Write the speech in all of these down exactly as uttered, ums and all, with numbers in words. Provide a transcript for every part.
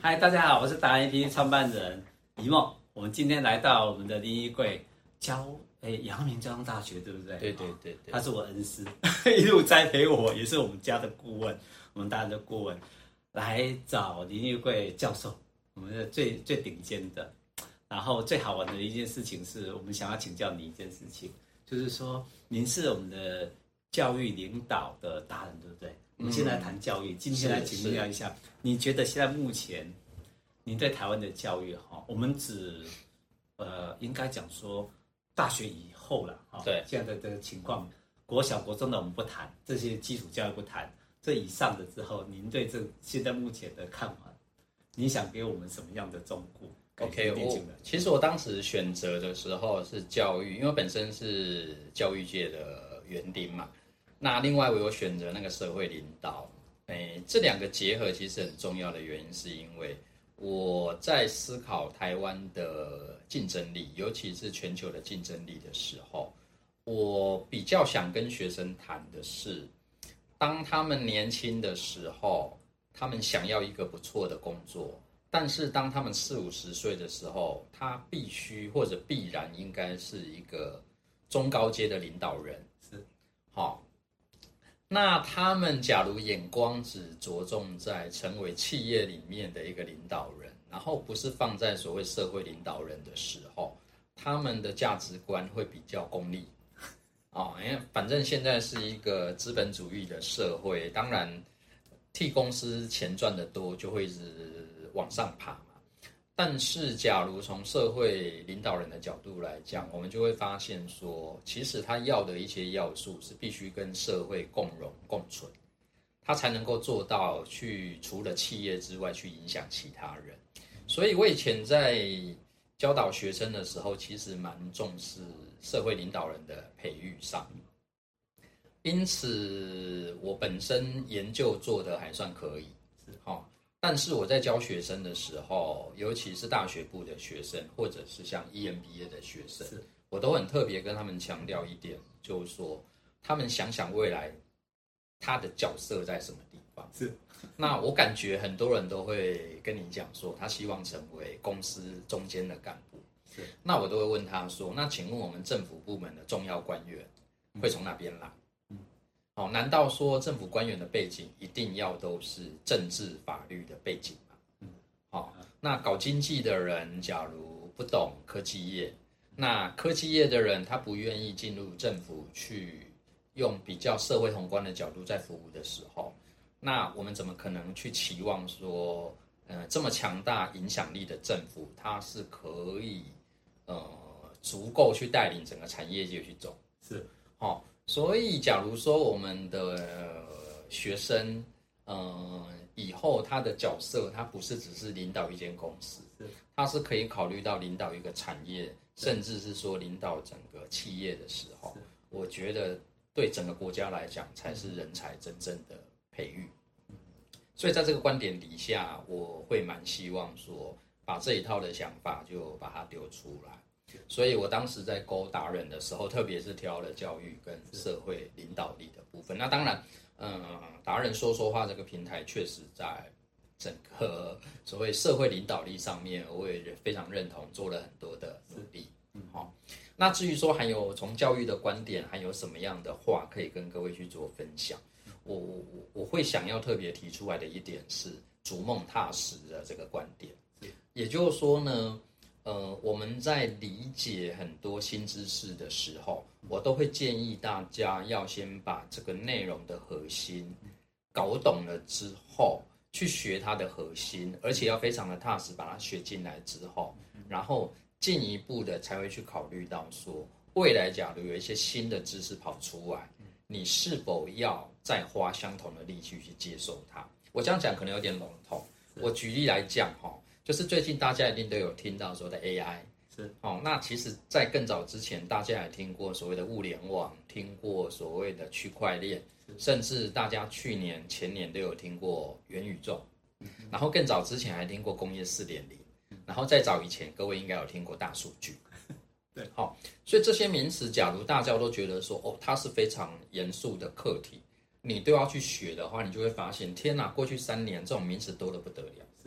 嗨，大家好，我是达人 A P P 创办人一梦。我们今天来到我们的林衣柜教，哎，阳明交通大学，对不对？ 对对对对， 他是我恩师，一路栽培我，也是我们家的顾问，我们达人的顾问，来找林衣柜教授，我们的最最顶尖的。然后最好玩的一件事情是我们想要请教你一件事情，就是说您是我们的教育领导的达人，对不对？我们现在谈教育，今天来请教一下，你觉得现在目前，您对台湾的教育哈，我们只呃应该讲说大学以后了哈， 对， 现在的这个情况，国小国中的我们不谈，这些基础教育不谈，这以上的之后，您对这现在目前的看法，你想给我们什么样的忠告 ？OK， 我其实我当时选择的时候是教育，因为本身是教育界的园丁嘛。那另外我有选择那个社会领导，哎，这两个结合其实很重要的原因，是因为我在思考台湾的竞争力，尤其是全球的竞争力的时候，我比较想跟学生谈的是，当他们年轻的时候，他们想要一个不错的工作，但是当他们四五十岁的时候，他必须或者必然应该是一个中高阶的领导人， 是， 好。那他们假如眼光只着重在成为企业里面的一个领导人，然后不是放在所谓社会领导人的时候，他们的价值观会比较功利啊、哦，因为反正现在是一个资本主义的社会，当然替公司钱赚得多就会一直往上爬嘛。但是假如从社会领导人的角度来讲，我们就会发现说，其实他要的一些要素是必须跟社会共荣共存，他才能够做到去除了企业之外去影响其他人。所以我以前在教导学生的时候，其实蛮重视社会领导人的培育上，因此我本身研究做得还算可以，是哈。但是我在教学生的时候，尤其是大学部的学生，或者是像 E M B A 的学生，我都很特别跟他们强调一点，就是说，他们想想未来他的角色在什么地方。 是， 那我感觉很多人都会跟你讲说，他希望成为公司中间的干部。 是， 那我都会问他说，那请问我们政府部门的重要官员会从哪边来？哦，难道说政府官员的背景一定要都是政治法律的背景吗？嗯，好，那搞经济的人，假如不懂科技业，那科技业的人他不愿意进入政府去用比较社会宏观的角度在服务的时候，那我们怎么可能去期望说，呃，这么强大影响力的政府，它是可以呃足够去带领整个产业界去走？ 是， 好。所以，假如说我们的学生，呃，以后他的角色，他不是只是领导一间公司，他是可以考虑到领导一个产业，甚至是说领导整个企业的时候，我觉得对整个国家来讲，才是人才真正的培育。所以，在这个观点底下，我会蛮希望说，把这一套的想法就把它丢出来。所以我当时在勾达人的时候，特别是挑了教育跟社会领导力的部分。那当然，嗯，达人说说话这个平台确实在整个所谓社会领导力上面，我也非常认同，做了很多的努力。嗯，好。那至于说还有从教育的观点，还有什么样的话可以跟各位去做分享？我我我我会想要特别提出来的一点是逐梦踏实的这个观点，也就是说呢。呃，我们在理解很多新知识的时候，我都会建议大家要先把这个内容的核心搞懂了之后，去学它的核心，而且要非常的踏实，把它学进来之后，然后进一步的才会去考虑到说，未来假如有一些新的知识跑出来，你是否要再花相同的力气去接受它？我这样讲可能有点笼统，我举例来讲哈。就是最近大家一定都有听到所谓的 A I， 是哦。那其实，在更早之前，大家也听过所谓的物联网，听过所谓的区块链，甚至大家去年、前年都有听过元宇宙，然后更早之前还听过工业 四点零， 然后再早以前，各位应该有听过大数据。对，好、哦，所以这些名词，假如大家都觉得说，哦，它是非常严肃的课题，你都要去学的话，你就会发现，天哪，过去三年这种名词多得不得了。是。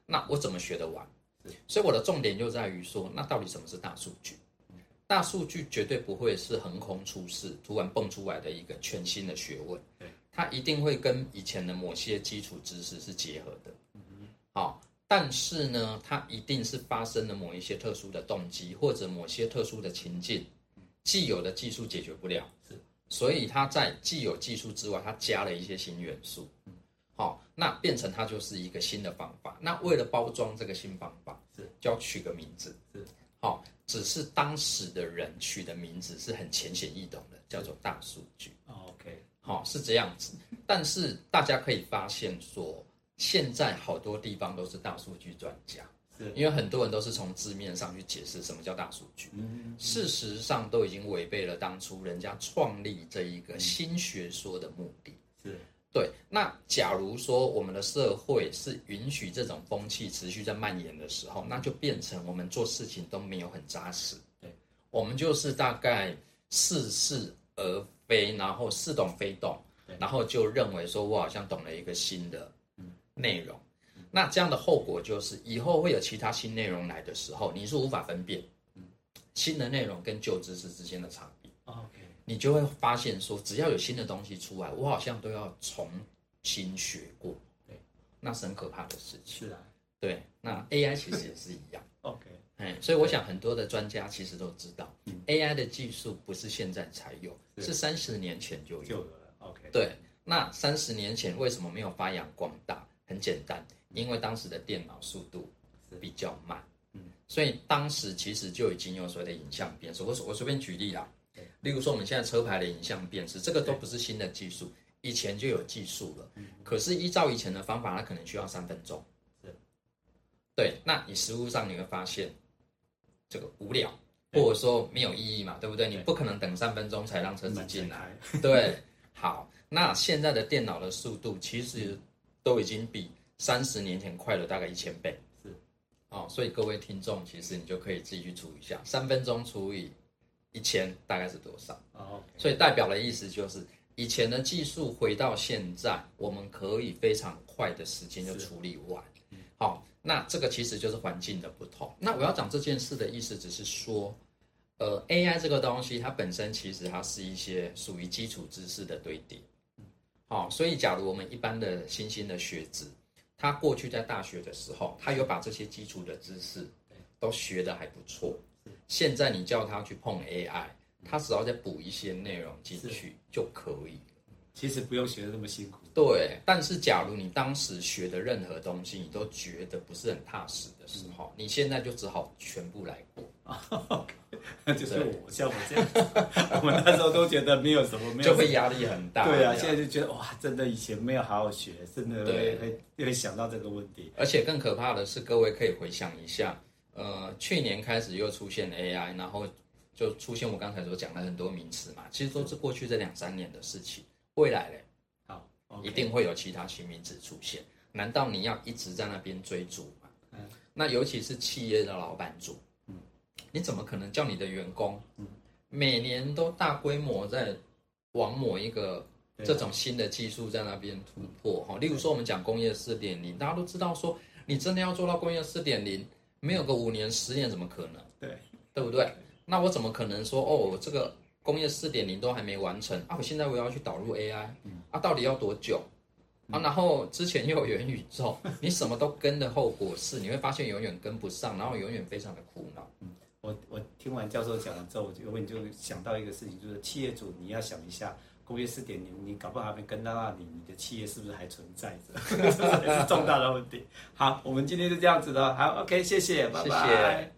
那我怎么学得完？所以我的重点就在于说，那到底什么是大数据？大数据绝对不会是横空出世、突然蹦出来的一个全新的学问，它一定会跟以前的某些基础知识是结合的。好，但是呢，它一定是发生了某一些特殊的动机，或者某些特殊的情境，既有的技术解决不了，所以它在既有技术之外，它加了一些新元素。好，那变成它就是一个新的方法。那为了包装这个新方法，就要取个名字。好，只是当时的人取的名字是很浅显易懂的，叫做大数据。 OK， 好，是这样子。但是大家可以发现说，现在好多地方都是大数据专家，因为很多人都是从字面上去解释什么叫大数据，嗯、事实上都已经违背了当初人家创立这一个新学说的目的。是。对，那假如说我们的社会是允许这种风气持续在蔓延的时候，那就变成我们做事情都没有很扎实。对，我们就是大概似是而非，然后似懂非懂，然后就认为说我好像懂了一个新的内容。嗯、那这样的后果就是，以后会有其他新内容来的时候，你是无法分辨新的内容跟旧知识之间的差别。OK。你就会发现说，只要有新的东西出来，我好像都要重新学过，对，那是很可怕的事情。是啊，对，那 A I 其实也是一样。OK， 哎，所以我想很多的专家其实都知道、嗯、，A I 的技术不是现在才有，是三十年前就有。就有了 ，OK。对，那三十年前为什么没有发扬光大？很简单，因为当时的电脑速度比较慢，嗯，所以当时其实就已经有所谓的影像辨识。我我随便举例啦。例如说，我们现在车牌的影像辨识，这个都不是新的技术，以前就有技术了。可是依照以前的方法，它可能需要三分钟。对，那你实务上你会发现，这个无聊，或者说没有意义嘛，对不对？你不可能等三分钟才让车子进来。对，好，那现在的电脑的速度其实都已经比三十年前快了大概一千倍。是，哦，所以各位听众，其实你就可以自己去除一下，三分钟除以一千大概是多少？ oh, okay. 所以代表的意思就是，以前的技术回到现在，我们可以非常快的时间就处理完。好，那这个其实就是环境的不同。那我要讲这件事的意思，只是说，呃 ，A I 这个东西它本身其实它是一些属于基础知识的堆叠。好，所以假如我们一般的新兴的学子，他过去在大学的时候，他有把这些基础的知识都学得还不错。现在你叫他去碰 A I， 他只要再补一些内容进去就可以了。 其实不用学得那么辛苦。 对，但是假如你当时学的任何东西，你都觉得不是很踏实的时候，嗯、你现在就只好全部来过。 那就是我像我这样子，我们那时候都觉得没有什么，没有就会压力很大。 对啊，现在就觉得哇，真的以前没有好好学，真的会会会想到这个问题。 而且更可怕的是，各位可以回想一下。呃，去年开始又出现 A I， 然后就出现我刚才所讲的很多名词嘛，其实都是过去这两三年的事情。未来嘞，好， okay. 一定会有其他新名词出现。难道你要一直在那边追逐吗？嗯，那尤其是企业的老板主，嗯，你怎么可能叫你的员工，嗯，每年都大规模在往某一个这种新的技术在那边突破？哈，例如说我们讲工业 四点零，大家都知道说，你真的要做到工业 四点零。没有个五年十年怎么可能？对，对不对？那我怎么可能说哦，这个工业 四点零 都还没完成啊？我现在我要去导入 A I，嗯、啊，到底要多久？嗯、啊，然后之前又有元宇宙，你什么都跟的后果是，你会发现永远跟不上，然后永远非常的苦恼。 嗯，我我听完教授讲完之后，我就问就想到一个事情，就是企业主你要想一下。工业 四点零， 你搞不好还没跟到那里，你的企业是不是还存在着？这是重大的问题。好，我们今天就这样子了。好 ，OK， 谢谢，拜拜。谢谢。